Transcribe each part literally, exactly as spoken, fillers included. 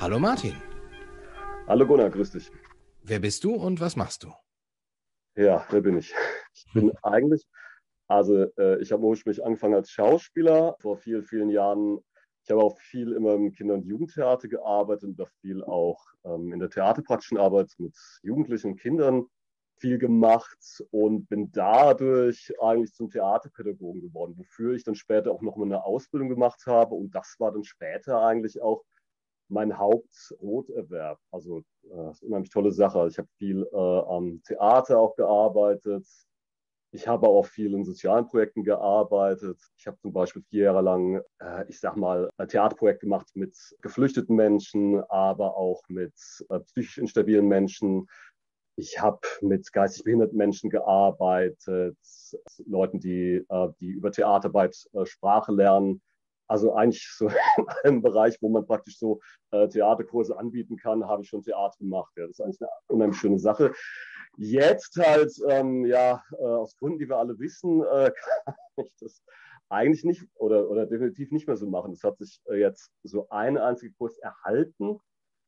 Hallo Martin, Hallo Gunnar, grüß dich. wer bist du und was machst du? Ja, wer bin ich? Ich bin eigentlich, also äh, ich habe ursprünglich angefangen als Schauspieler vor vielen, vielen Jahren. Ich habe auch viel immer im Kinder- und Jugendtheater gearbeitet und da viel auch ähm, in der theaterpraktischen Arbeit mit Jugendlichen und Kindern viel gemacht und bin dadurch eigentlich zum Theaterpädagogen geworden, wofür ich dann später auch nochmal eine Ausbildung gemacht habe. Und das war dann später eigentlich auch mein Hauptbroterwerb. Also äh, das ist eine unheimlich tolle Sache. Also ich habe viel äh, am Theater auch gearbeitet. Ich habe auch viel in sozialen Projekten gearbeitet. Ich habe zum Beispiel vier Jahre lang, äh, ich sag mal, ein Theaterprojekt gemacht mit geflüchteten Menschen, aber auch mit äh, psychisch instabilen Menschen. Ich habe mit geistig behinderten Menschen gearbeitet, Leuten, die, äh, die über Theaterarbeit äh, Sprache lernen. Also eigentlich so in einem Bereich, wo man praktisch so äh, Theaterkurse anbieten kann, habe ich schon Theater gemacht. Ja, das ist eigentlich eine unheimlich schöne Sache. Jetzt halt, ähm, ja, äh, aus Gründen, die wir alle wissen, äh, kann ich das eigentlich nicht oder, oder definitiv nicht mehr so machen. Es hat sich äh, jetzt so ein einziger Kurs erhalten,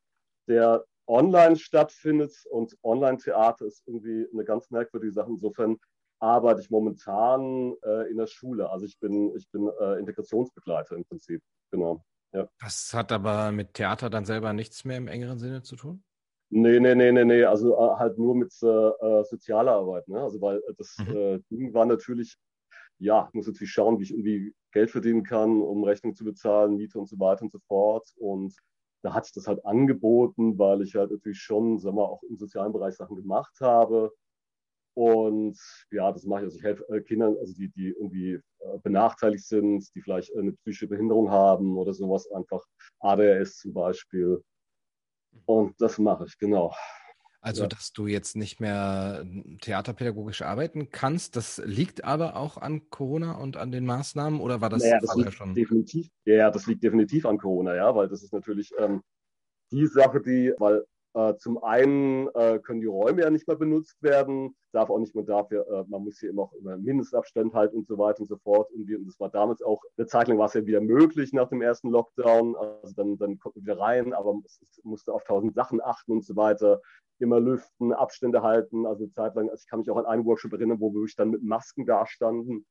der online stattfindet und Online-Theater ist irgendwie eine ganz merkwürdige Sache. Insofern arbeite ich momentan äh, in der Schule. Also ich bin, ich bin äh, Integrationsbegleiter im Prinzip. Genau. Ja. Das hat aber mit Theater dann selber nichts mehr im engeren Sinne zu tun? Nee, nee, nee, nee, nee. Also äh, halt nur mit äh, äh, sozialer Arbeit. Ne? Also weil äh, das Mhm. äh, Ding war natürlich, ja, ich muss natürlich schauen, wie ich irgendwie Geld verdienen kann, um Rechnungen zu bezahlen, Miete und so weiter und so fort. Und da hat sich das halt angeboten, weil ich halt natürlich schon, sagen wir, auch im sozialen Bereich Sachen gemacht habe. Und ja, das mache ich. Also ich helfe äh, Kindern, also die, die irgendwie äh, benachteiligt sind, die vielleicht äh, eine psychische Behinderung haben oder sowas, einfach A D H S zum Beispiel. Und das mache ich, genau. Also, Ja. dass du jetzt nicht mehr theaterpädagogisch arbeiten kannst, das liegt aber auch an Corona und an den Maßnahmen oder war das Naja, das vorher liegt schon? definitiv, ja, ja, das liegt definitiv an Corona, ja, weil das ist natürlich ähm, die Sache, die, weil äh, zum einen äh, können die Räume ja nicht mehr benutzt werden, darf auch nicht mehr dafür, äh, man muss hier immer auch immer Mindestabstand halten und so weiter und so fort. Und, wir, und das war damals auch, eine Zeit lang war es ja wieder möglich nach dem ersten Lockdown, also dann, dann kommt man wieder rein, aber es, es musste auf tausend Sachen achten und so weiter, immer lüften, Abstände halten, also eine Zeit lang, also ich kann mich auch an einen Workshop erinnern, wo wir wirklich dann mit Masken dastanden.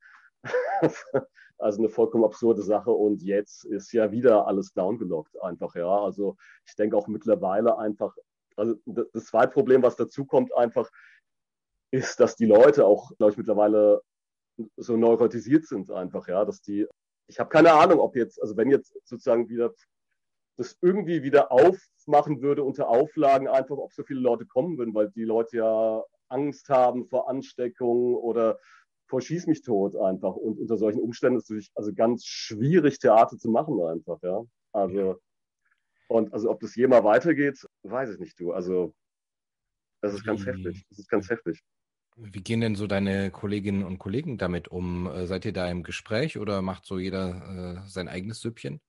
Also eine vollkommen absurde Sache. Und jetzt ist ja wieder alles downgelockt einfach, ja. Also ich denke auch mittlerweile einfach, also das zweite Problem, was dazu kommt, einfach, ist, dass die Leute auch, glaube ich, mittlerweile so neurotisiert sind einfach, ja, dass die, ich habe keine Ahnung, ob jetzt, also wenn jetzt sozusagen wieder das irgendwie wieder aufmachen würde unter Auflagen, einfach, ob so viele Leute kommen würden, weil die Leute ja Angst haben vor Ansteckung oder vor Schieß mich tot einfach. Und unter solchen Umständen ist es natürlich also ganz schwierig, Theater zu machen einfach, ja. Ja. Also, und also ob das je mal weitergeht, weiß ich nicht, du. Also, das ist ganz Wie, heftig. Das ist ganz heftig. wie gehen denn so deine Kolleginnen und Kollegen damit um? Äh, Seid ihr da im Gespräch oder macht so jeder äh, sein eigenes Süppchen?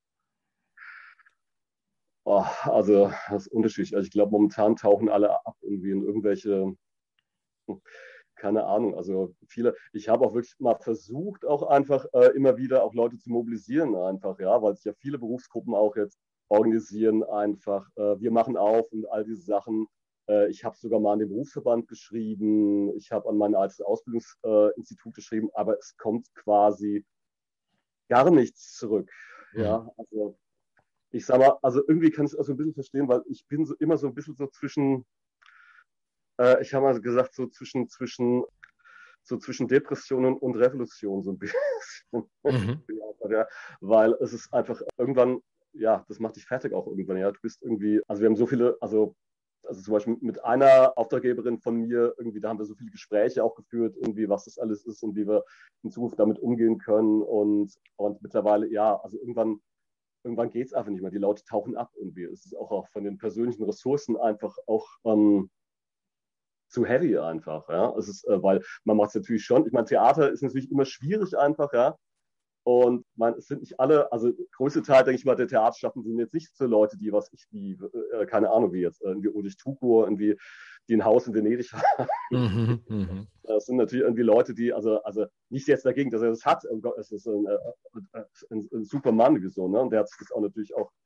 Oh, also, das ist unterschiedlich. Also, ich glaube, momentan tauchen alle ab irgendwie in irgendwelche, keine Ahnung, also viele, ich habe auch wirklich mal versucht, auch einfach äh, immer wieder auch Leute zu mobilisieren, einfach, ja, weil sich ja viele Berufsgruppen auch jetzt organisieren, einfach, äh, wir machen auf und all diese Sachen. Äh, ich habe sogar mal an den Berufsverband geschrieben, ich habe an mein altes Ausbildungsinstitut äh, geschrieben, aber es kommt quasi gar nichts zurück. Mhm. Ja, also ich sag mal, also irgendwie kann ich es auch so ein bisschen verstehen, weil ich bin so immer so ein bisschen so zwischen, äh, ich habe mal gesagt, so zwischen, zwischen so zwischen Depressionen und Revolution so ein bisschen. Mhm. Ja, weil es ist einfach irgendwann, ja, das macht dich fertig auch irgendwann, ja. Du bist irgendwie, also wir haben so viele, also, also zum Beispiel mit einer Auftraggeberin von mir, irgendwie, da haben wir so viele Gespräche auch geführt, irgendwie, was das alles ist und wie wir in Zukunft damit umgehen können. Und, und mittlerweile, ja, also irgendwann, irgendwann geht es einfach nicht mehr. Die Leute tauchen ab irgendwie. Es ist auch, auch von den persönlichen Ressourcen einfach auch ähm, zu heavy einfach, ja. Es ist, äh, weil man macht es natürlich schon. Ich meine, Theater ist natürlich immer schwierig einfach, ja. Und man, es sind nicht alle, also größte Teil, denke ich mal, der Theaterschaffenden sind jetzt nicht so Leute, die, was ich, die, äh, keine Ahnung, wie jetzt, irgendwie Ulrich Tukur, irgendwie, die ein Haus in Venedig haben. Mhm. Mhm. Das sind natürlich irgendwie Leute, die, also, also nicht jetzt dagegen, dass er das hat, es ist ein, äh, ein, ein super Mann, so, ne? Und der hat sich das auch natürlich auch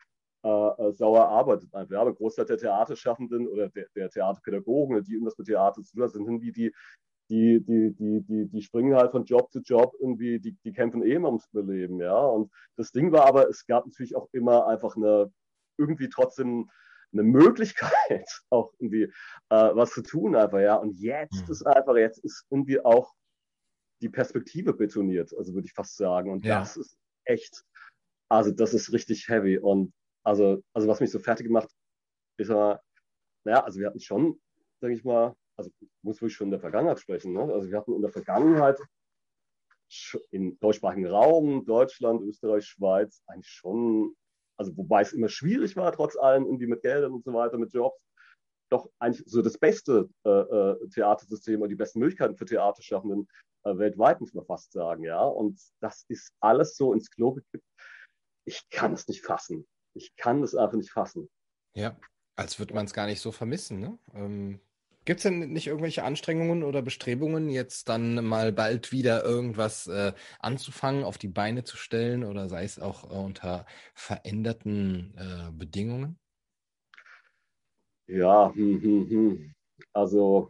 äh, sauer arbeitet einfach. Ja, aber ein Großteil der Theaterschaffenden oder der, der Theaterpädagogen, die irgendwas mit Theater zu tun haben, sind irgendwie die, die, die, die, die, die springen halt von Job zu Job irgendwie, die, die kämpfen eh immer ums Überleben, ja. Und das Ding war aber, es gab natürlich auch immer einfach eine, irgendwie trotzdem eine Möglichkeit, auch irgendwie äh, was zu tun einfach, ja. Und jetzt Mhm. ist einfach, jetzt ist irgendwie auch die Perspektive betoniert, also würde ich fast sagen. Und Ja. das ist echt, also das ist richtig heavy. Und also, also was mich so fertig gemacht, ist aber, naja, also wir hatten schon, denke ich mal, also ich muss wirklich schon in der Vergangenheit sprechen, ne? Also wir hatten in der Vergangenheit im deutschsprachigen Raum, Deutschland, Österreich, Schweiz, eigentlich schon, also wobei es immer schwierig war, trotz allem, irgendwie mit Geldern und so weiter, mit Jobs, doch eigentlich so das beste äh, äh, Theatersystem und die besten Möglichkeiten für Theaterschaffenden äh, weltweit, muss man fast sagen, ja. Und das ist alles so ins Klo gekippt. Ich kann es nicht fassen. Ich kann es einfach nicht fassen. Ja, als würde man es gar nicht so vermissen, ne? Ähm, gibt es denn nicht irgendwelche Anstrengungen oder Bestrebungen, jetzt dann mal bald wieder irgendwas äh, anzufangen, auf die Beine zu stellen oder sei es auch äh, unter veränderten äh, Bedingungen? Ja, hm, hm, hm. Also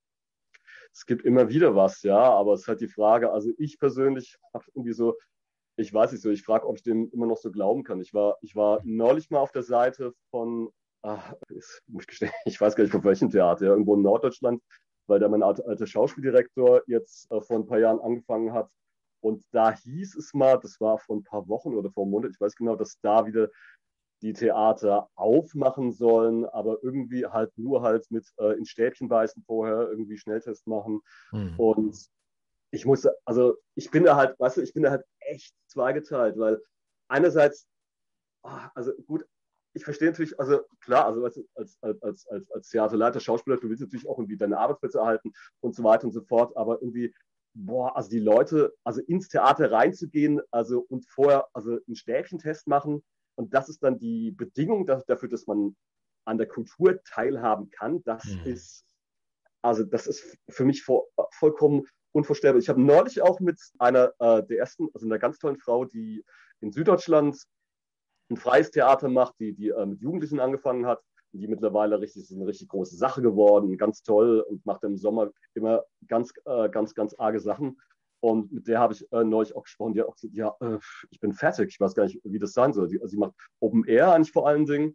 es gibt immer wieder was, ja, aber es ist halt die Frage, also ich persönlich habe irgendwie so, ich weiß nicht so, ich frage, ob ich dem immer noch so glauben kann. Ich war, ich war neulich mal auf der Seite von, ach, ist, muss ich gestehen, ich weiß gar nicht von welchem Theater, ja, irgendwo in Norddeutschland, weil da mein alter, alter Schauspieldirektor jetzt äh, vor ein paar Jahren angefangen hat. Und da hieß es mal, das war vor ein paar Wochen oder vor einem Monat, ich weiß genau, dass da wieder die Theater aufmachen sollen, aber irgendwie halt nur halt mit äh, in Stäbchen beißen vorher, irgendwie Schnelltest machen. Hm. Und ich muss, also ich bin da halt, weißt du, ich bin da halt echt zweigeteilt, weil einerseits, ah, also gut, ich verstehe natürlich, also klar, also als, als, als, als, als Theaterleiter, Schauspieler, du willst natürlich auch irgendwie deine Arbeitsplätze erhalten und so weiter und so fort, aber irgendwie, boah, also die Leute, also ins Theater reinzugehen, also und vorher, also einen Stäbchentest machen und das ist dann die Bedingung dafür, dass man an der Kultur teilhaben kann, das Hm. ist, also das ist für mich vor, vollkommen unvorstellbar. Ich habe neulich auch mit einer äh, der ersten, also einer ganz tollen Frau, die in Süddeutschland ein freies Theater macht, die, die äh, mit Jugendlichen angefangen hat, die mittlerweile richtig, ist eine richtig große Sache geworden, ganz toll und macht im Sommer immer ganz, äh, ganz, ganz arge Sachen. Und mit der habe ich äh, neulich auch gesprochen, die hat auch gesagt, ja, äh, ich bin fertig, ich weiß gar nicht, wie das sein soll. Die, also sie macht Open Air eigentlich vor allen Dingen.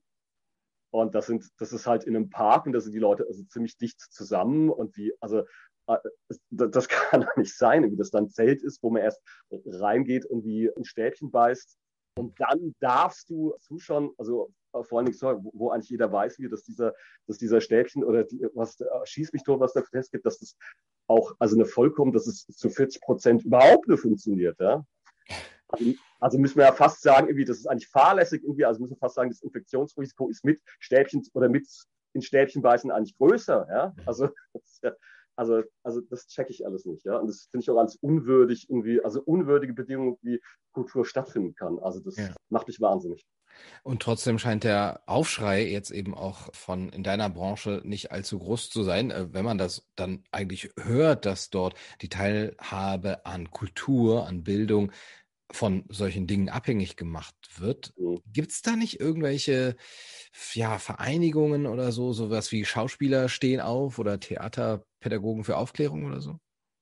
Und das sind, das ist halt in einem Park und da sind die Leute also ziemlich dicht zusammen und wie, also äh, das, das kann doch nicht sein, wie das dann ein Zelt ist, wo man erst reingeht und wie ein Stäbchen beißt. Und dann darfst du zuschauen, also äh, vor allen Dingen, so, wo, wo eigentlich jeder weiß, wie dass dieser, dass dieser Stäbchen oder die, was äh, schieß mich tot, was da Test gibt, dass das auch, also eine vollkommen, dass es zu vierzig Prozent überhaupt nicht funktioniert, ja. Also, also müssen wir ja fast sagen, irgendwie, das ist eigentlich fahrlässig, irgendwie, also müssen wir fast sagen, das Infektionsrisiko ist mit Stäbchen oder mit in Stäbchen beißen eigentlich größer. Ja? Also, das, also, also das checke ich alles nicht. Ja? Und das finde ich auch als unwürdig, irgendwie, also unwürdige Bedingungen, wie Kultur stattfinden kann. Also das Ja. macht mich wahnsinnig. Und trotzdem scheint der Aufschrei jetzt eben auch von in deiner Branche nicht allzu groß zu sein, äh, wenn man das dann eigentlich hört, dass dort die Teilhabe an Kultur, an Bildung von solchen Dingen abhängig gemacht wird. Mhm. Gibt es da nicht irgendwelche ja, Vereinigungen oder so, sowas wie Schauspieler stehen auf oder Theaterpädagogen für Aufklärung oder so?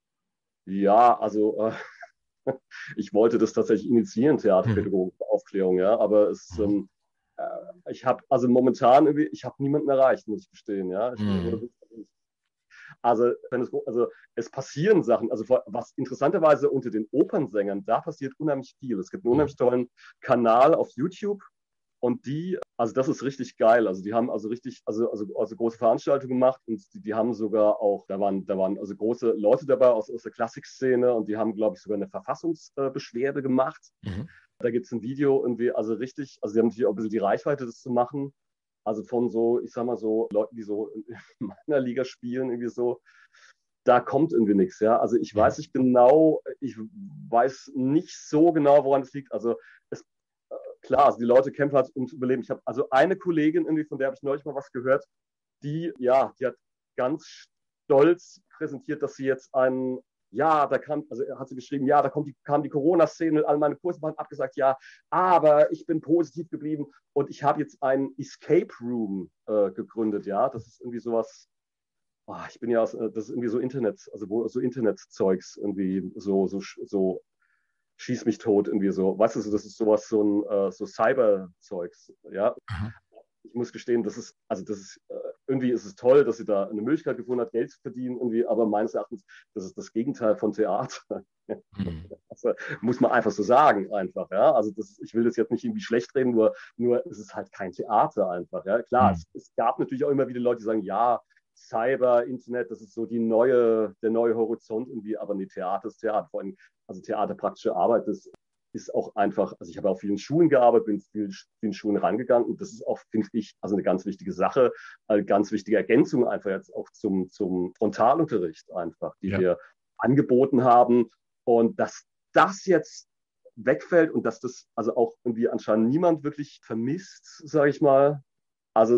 Ja, also äh, ich wollte das tatsächlich initiieren, Mhm. Theaterpädagogik, Aufklärung, ja, aber es, Mhm. ähm, äh, ich habe also momentan irgendwie, ich habe niemanden erreicht, muss ich gestehen, ja. Ich, Mhm. also, wenn es, also es passieren Sachen, also was interessanterweise unter den Opernsängern, da passiert unheimlich viel. Es gibt einen Mhm. unheimlich tollen Kanal auf YouTube und die, also das ist richtig geil. Also die haben also richtig, also, also, also große Veranstaltungen gemacht und die, die haben sogar auch, da waren, da waren also große Leute dabei aus, aus der Klassikszene und die haben, glaube ich, sogar eine Verfassungsbeschwerde gemacht. Mhm. Da gibt es ein Video irgendwie, also richtig, also sie haben natürlich auch ein bisschen die Reichweite, das zu machen. Also von so, ich sag mal so, Leuten, die so in meiner Liga spielen, irgendwie so, da kommt irgendwie nichts, ja. Also ich Mhm. weiß nicht genau, ich weiß nicht so genau, woran es liegt. Also es, äh, klar, also die Leute kämpfen halt ums Überleben. Ich habe also eine Kollegin irgendwie, von der habe ich neulich mal was gehört, die, ja, die hat ganz stolz präsentiert, dass sie jetzt einen ja, da kam, also hat sie geschrieben, ja, da kommt die, kam die Corona-Szene, alle meine Kurse waren abgesagt, ja, aber ich bin positiv geblieben und ich habe jetzt einen Escape Room äh, gegründet, ja, das ist irgendwie sowas, oh, ich bin ja, aus, das ist irgendwie so Internet, also wo so Internetzeugs irgendwie so, so, so schieß mich tot irgendwie so, weißt du, das ist sowas, so ein äh, so Cyber-Zeugs, ja. Aha. Ich muss gestehen, das ist, also das ist, äh, irgendwie ist es toll, dass sie da eine Möglichkeit gefunden hat, Geld zu verdienen, irgendwie, aber meines Erachtens, das ist das Gegenteil von Theater. Hm. Also, muss man einfach so sagen, einfach, ja. Also das, ich will das jetzt nicht irgendwie schlecht reden, nur, nur es ist halt kein Theater einfach, ja. Klar, Hm. es, es gab natürlich auch immer wieder Leute, die sagen, ja, Cyber, Internet, das ist so die neue, der neue Horizont irgendwie, aber nee, Theater ist Theater, vor allem, also Theater, praktische Arbeit, das ist auch einfach, also ich habe auf vielen Schulen gearbeitet, bin vielen, vielen Schulen rangegangen und das ist auch, finde ich, also eine ganz wichtige Sache, eine ganz wichtige Ergänzung einfach jetzt auch zum, zum Frontalunterricht einfach, die Ja. wir angeboten haben und dass das jetzt wegfällt und dass das also auch irgendwie anscheinend niemand wirklich vermisst, sage ich mal. Also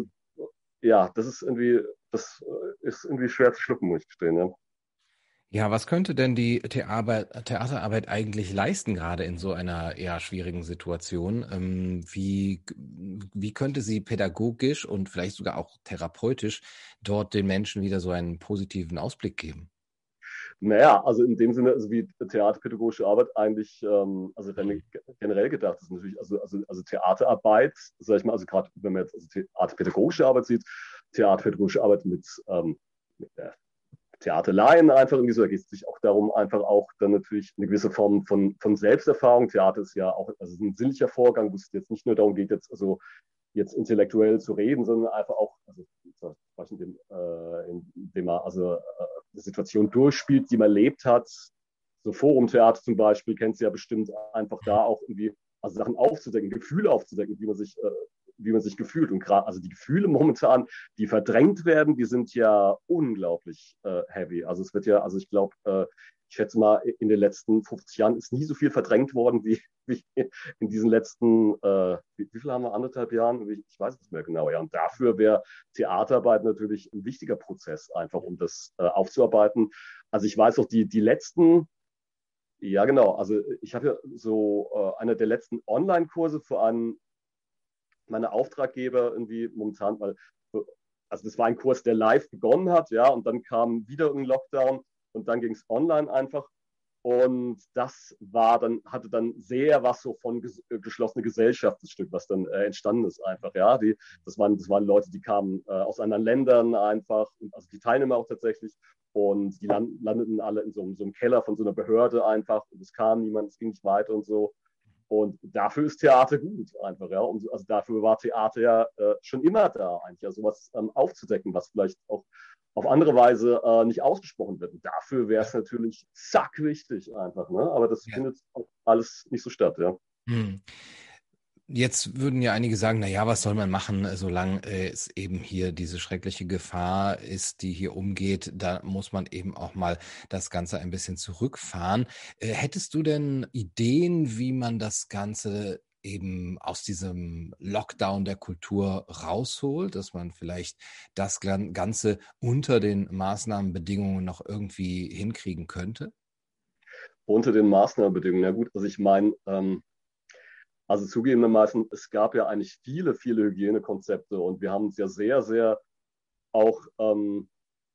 ja, das ist irgendwie, das ist irgendwie schwer zu schlucken, muss ich gestehen. Ja. Ja, was könnte denn die Thearbeit, Theaterarbeit eigentlich leisten, gerade in so einer eher schwierigen Situation? Ähm, wie, wie könnte sie pädagogisch und vielleicht sogar auch therapeutisch dort den Menschen wieder so einen positiven Ausblick geben? Naja, also in dem Sinne, also wie theaterpädagogische Arbeit eigentlich, ähm, also Mhm. generell gedacht ist natürlich, also, also, also Theaterarbeit, sag ich mal, also gerade wenn man jetzt also theaterpädagogische Arbeit sieht, theaterpädagogische Arbeit mit, ähm, mit der Theaterlaien einfach irgendwie so, da geht es sich auch darum, einfach auch dann natürlich eine gewisse Form von, von Selbsterfahrung. Theater ist ja auch also ein sinnlicher Vorgang, wo es jetzt nicht nur darum geht, jetzt also jetzt intellektuell zu reden, sondern einfach auch, also indem, äh, indem man also äh, eine Situation durchspielt, die man erlebt hat. So Forumtheater zum Beispiel, kennst du ja bestimmt, einfach da auch irgendwie also Sachen aufzudecken, Gefühle aufzudecken, wie man sich, äh, wie man sich gefühlt. Und gerade, also die Gefühle momentan, die verdrängt werden, die sind ja unglaublich äh, heavy. Also es wird ja, also ich glaube, äh, ich schätze mal, in den letzten fünfzig Jahren ist nie so viel verdrängt worden wie, wie in diesen letzten, äh, wie, wie viel haben wir, anderthalb Jahren? Ich weiß es nicht mehr genau. Ja, und dafür wäre Theaterarbeit natürlich ein wichtiger Prozess, einfach um das äh, aufzuarbeiten. Also ich weiß auch, die, die letzten, ja genau, also ich habe ja so äh, einer der letzten Online-Kurse vor allem meine Auftraggeber irgendwie momentan, weil, also das war ein Kurs, der live begonnen hat, ja, und dann kam wieder ein Lockdown und dann ging es online einfach. Und das war dann, hatte dann sehr was so von ges geschlossene Gesellschaft, das Stück, was dann äh, entstanden ist einfach, ja. Die, das waren, das waren Leute, die kamen äh, aus anderen Ländern einfach, also die Teilnehmer auch tatsächlich. Und die land landeten alle in so, so einem Keller von so einer Behörde einfach. Und es kam niemand, es ging nicht weiter und so. Und dafür ist Theater gut einfach, ja. Und also dafür war Theater ja äh, schon immer da, eigentlich, ja, sowas ähm, aufzudecken, was vielleicht auch auf andere Weise äh, nicht ausgesprochen wird. Und dafür wäre es Ja. natürlich zack wichtig einfach, ne? Aber das Ja. findet alles nicht so statt, ja. Hm. Jetzt würden ja einige sagen, na ja, was soll man machen, äh, solange äh, es eben hier diese schreckliche Gefahr ist, die hier umgeht, da muss man eben auch mal das Ganze ein bisschen zurückfahren. Äh, hättest du denn Ideen, wie man das Ganze eben aus diesem Lockdown der Kultur rausholt, dass man vielleicht das Gan- Ganze unter den Maßnahmenbedingungen noch irgendwie hinkriegen könnte? Unter den Maßnahmenbedingungen, ja gut, also ich meine, ähm, also zugegebenermaßen, es gab ja eigentlich viele, viele Hygienekonzepte und wir haben uns ja sehr, sehr auch ähm,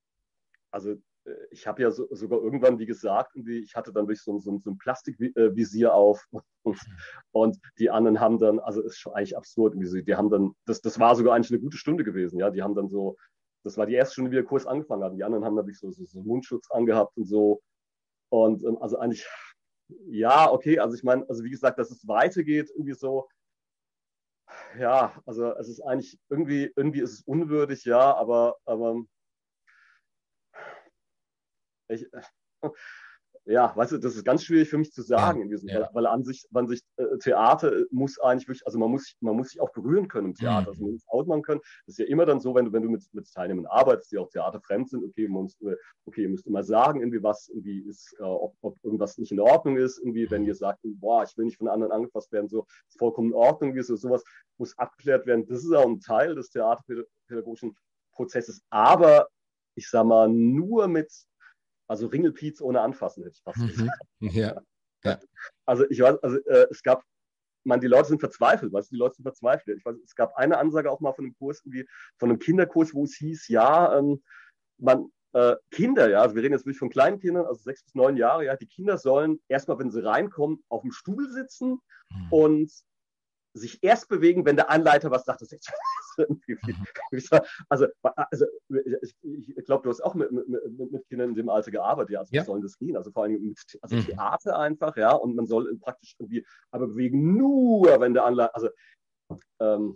also äh, ich habe ja so, sogar irgendwann, wie gesagt, ich hatte dann wirklich so, so, so ein Plastikvisier auf und, und die anderen haben dann, also ist schon eigentlich absurd, die haben dann, das, das war sogar eigentlich eine gute Stunde gewesen, ja, die haben dann so, das war die erste Stunde, wie der Kurs angefangen hat, die anderen haben dann wirklich so, so, so Mundschutz angehabt und so und ähm, also eigentlich, ja, okay, also ich meine, also wie gesagt, dass es weitergeht, irgendwie so, ja, also es ist eigentlich irgendwie, irgendwie ist es unwürdig, ja, aber, aber ich, ja, weißt du, das ist ganz schwierig für mich zu Ja, sagen, weil, ja. weil an sich, an sich äh, Theater muss eigentlich wirklich, also man muss, man muss sich auch berühren können im Theater, also man Mhm. muss ausmachen können. Das ist ja immer dann so, wenn du, wenn du mit, mit Teilnehmern arbeitest, die auch theaterfremd sind, okay, man muss, okay, ihr müsst immer sagen, irgendwie was, irgendwie ist, äh, ob, ob irgendwas nicht in Ordnung ist, irgendwie, wenn ihr sagt, boah, ich will nicht von anderen angefasst werden, so, ist vollkommen in Ordnung, wie so, sowas muss abgeklärt werden. Das ist auch ein Teil des theaterpädagogischen Prozesses, aber ich sag mal, nur mit also Ringelpiez ohne Anfassen, hätte ich fast gesagt. Mhm. Ja. Ja. Also ich weiß, also äh, es gab, man, die Leute sind verzweifelt, weißt du, die Leute sind verzweifelt. Ich weiß, es gab eine Ansage auch mal von einem Kurs, irgendwie, von einem Kinderkurs, wo es hieß, ja, ähm, man, äh, Kinder, ja, also wir reden jetzt wirklich von kleinen Kindern, also sechs bis neun Jahre, ja, die Kinder sollen erstmal, wenn sie reinkommen, auf dem Stuhl sitzen Mhm. und sich erst bewegen, wenn der Anleiter was sagt. Das ist irgendwie viel. Also, also ich, ich glaube, du hast auch mit, mit, mit Kindern in dem Alter gearbeitet. Ja, also Ja. wie soll das gehen? Also vor allem mit also Mhm. Theater einfach, ja, und man soll praktisch irgendwie, aber bewegen nur, wenn der Anleiter, also ähm,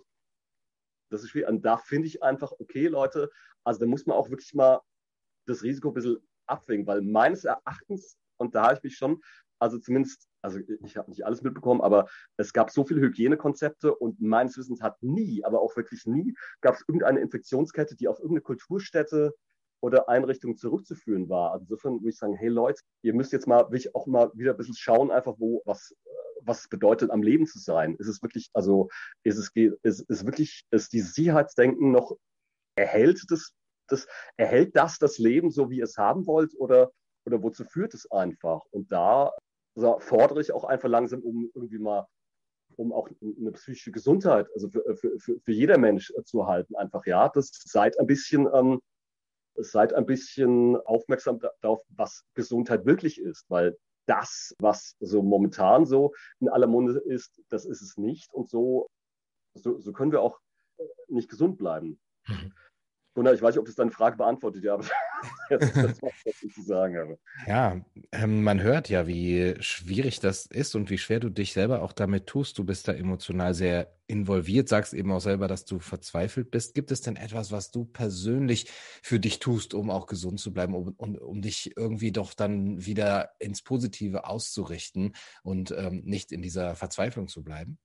das ist schwierig. Und da finde ich einfach, okay, Leute, also da muss man auch wirklich mal das Risiko ein bisschen abwägen, weil meines Erachtens, und da habe ich mich schon, also zumindest, also ich habe nicht alles mitbekommen, aber es gab so viele Hygienekonzepte und meines Wissens hat nie, aber auch wirklich nie, gab es irgendeine Infektionskette, die auf irgendeine Kulturstätte oder Einrichtung zurückzuführen war. Also insofern würde ich sagen, hey Leute, ihr müsst jetzt mal wirklich auch mal wieder ein bisschen schauen, einfach wo, was, was es bedeutet, am Leben zu sein. Ist es wirklich, also ist es, ist, ist wirklich, ist dieses Sicherheitsdenken noch, erhält das, das, erhält das das Leben so, wie ihr es haben wollt, oder, oder wozu führt es einfach? Und da also fordere ich auch einfach langsam, um irgendwie mal, um auch eine psychische Gesundheit, also für, für, für, für jeder Mensch zu erhalten, einfach, ja, das seid ein bisschen, ähm, seid ein bisschen aufmerksam darauf, was Gesundheit wirklich ist, weil das, was so momentan so in aller Munde ist, das ist es nicht, und so, so, so können wir auch nicht gesund bleiben. Mhm. Gunnar, ich weiß nicht, ob das deine Frage beantwortet, ja, aber jetzt ist das, was ich zu sagen habe. Ja, ähm, man hört ja, wie schwierig das ist und wie schwer du dich selber auch damit tust. Du bist da emotional sehr involviert, sagst eben auch selber, dass du verzweifelt bist. Gibt es denn etwas, was du persönlich für dich tust, um auch gesund zu bleiben, um, um, um dich irgendwie doch dann wieder ins Positive auszurichten und ähm, nicht in dieser Verzweiflung zu bleiben?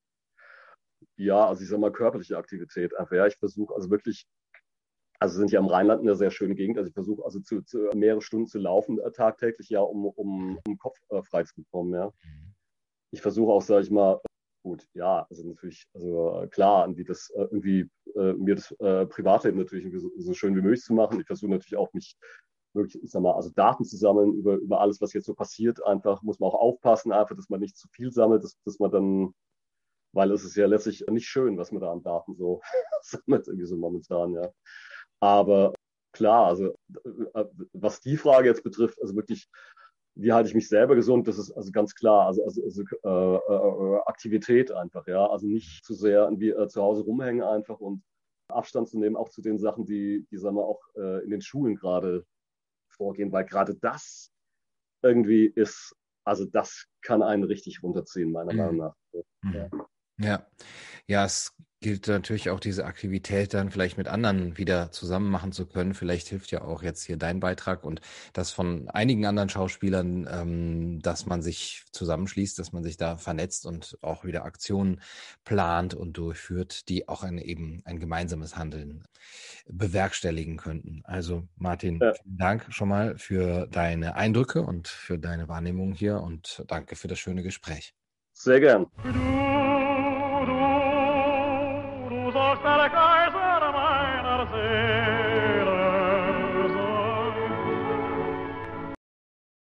Ja, also ich sage mal körperliche Aktivität einfach. Ja, ich versuche also wirklich, also sind ja im Rheinland eine sehr schöne Gegend. Also ich versuche also zu, zu mehrere Stunden zu laufen äh, tagtäglich, ja, um, um, um Kopf äh, frei zu bekommen. Ja. Ich versuche auch, sage ich mal, gut, ja, also natürlich, also äh, klar, irgendwie das äh, irgendwie äh, mir das äh, Privatleben natürlich irgendwie so, so schön wie möglich zu machen. Ich versuche natürlich auch mich wirklich, ich sag mal, also Daten zu sammeln über, über alles, was jetzt so passiert. Einfach muss man auch aufpassen, einfach, dass man nicht zu viel sammelt, dass, dass man dann, weil es ist ja letztlich nicht schön, was man da an Daten so sammelt, irgendwie so momentan, ja. Aber klar, also äh, was die Frage jetzt betrifft, also wirklich, wie halte ich mich selber gesund, das ist also ganz klar, also, also, also äh, äh, Aktivität einfach, ja, also nicht zu sehr irgendwie äh, zu Hause rumhängen einfach und Abstand zu nehmen, auch zu den Sachen, die, die sagen wir, auch äh, in den Schulen gerade vorgehen, weil gerade das irgendwie ist, also das kann einen richtig runterziehen, meiner Meinung Mhm. nach. Ja. Mhm. Ja, ja, es gilt natürlich auch diese Aktivität dann vielleicht mit anderen wieder zusammen machen zu können. Vielleicht hilft ja auch jetzt hier dein Beitrag und das von einigen anderen Schauspielern, ähm, dass man sich zusammenschließt, dass man sich da vernetzt und auch wieder Aktionen plant und durchführt, die auch ein, eben ein gemeinsames Handeln bewerkstelligen könnten. Also Martin, Ja, vielen Dank schon mal für deine Eindrücke und für deine Wahrnehmung hier und danke für das schöne Gespräch. sehr gern.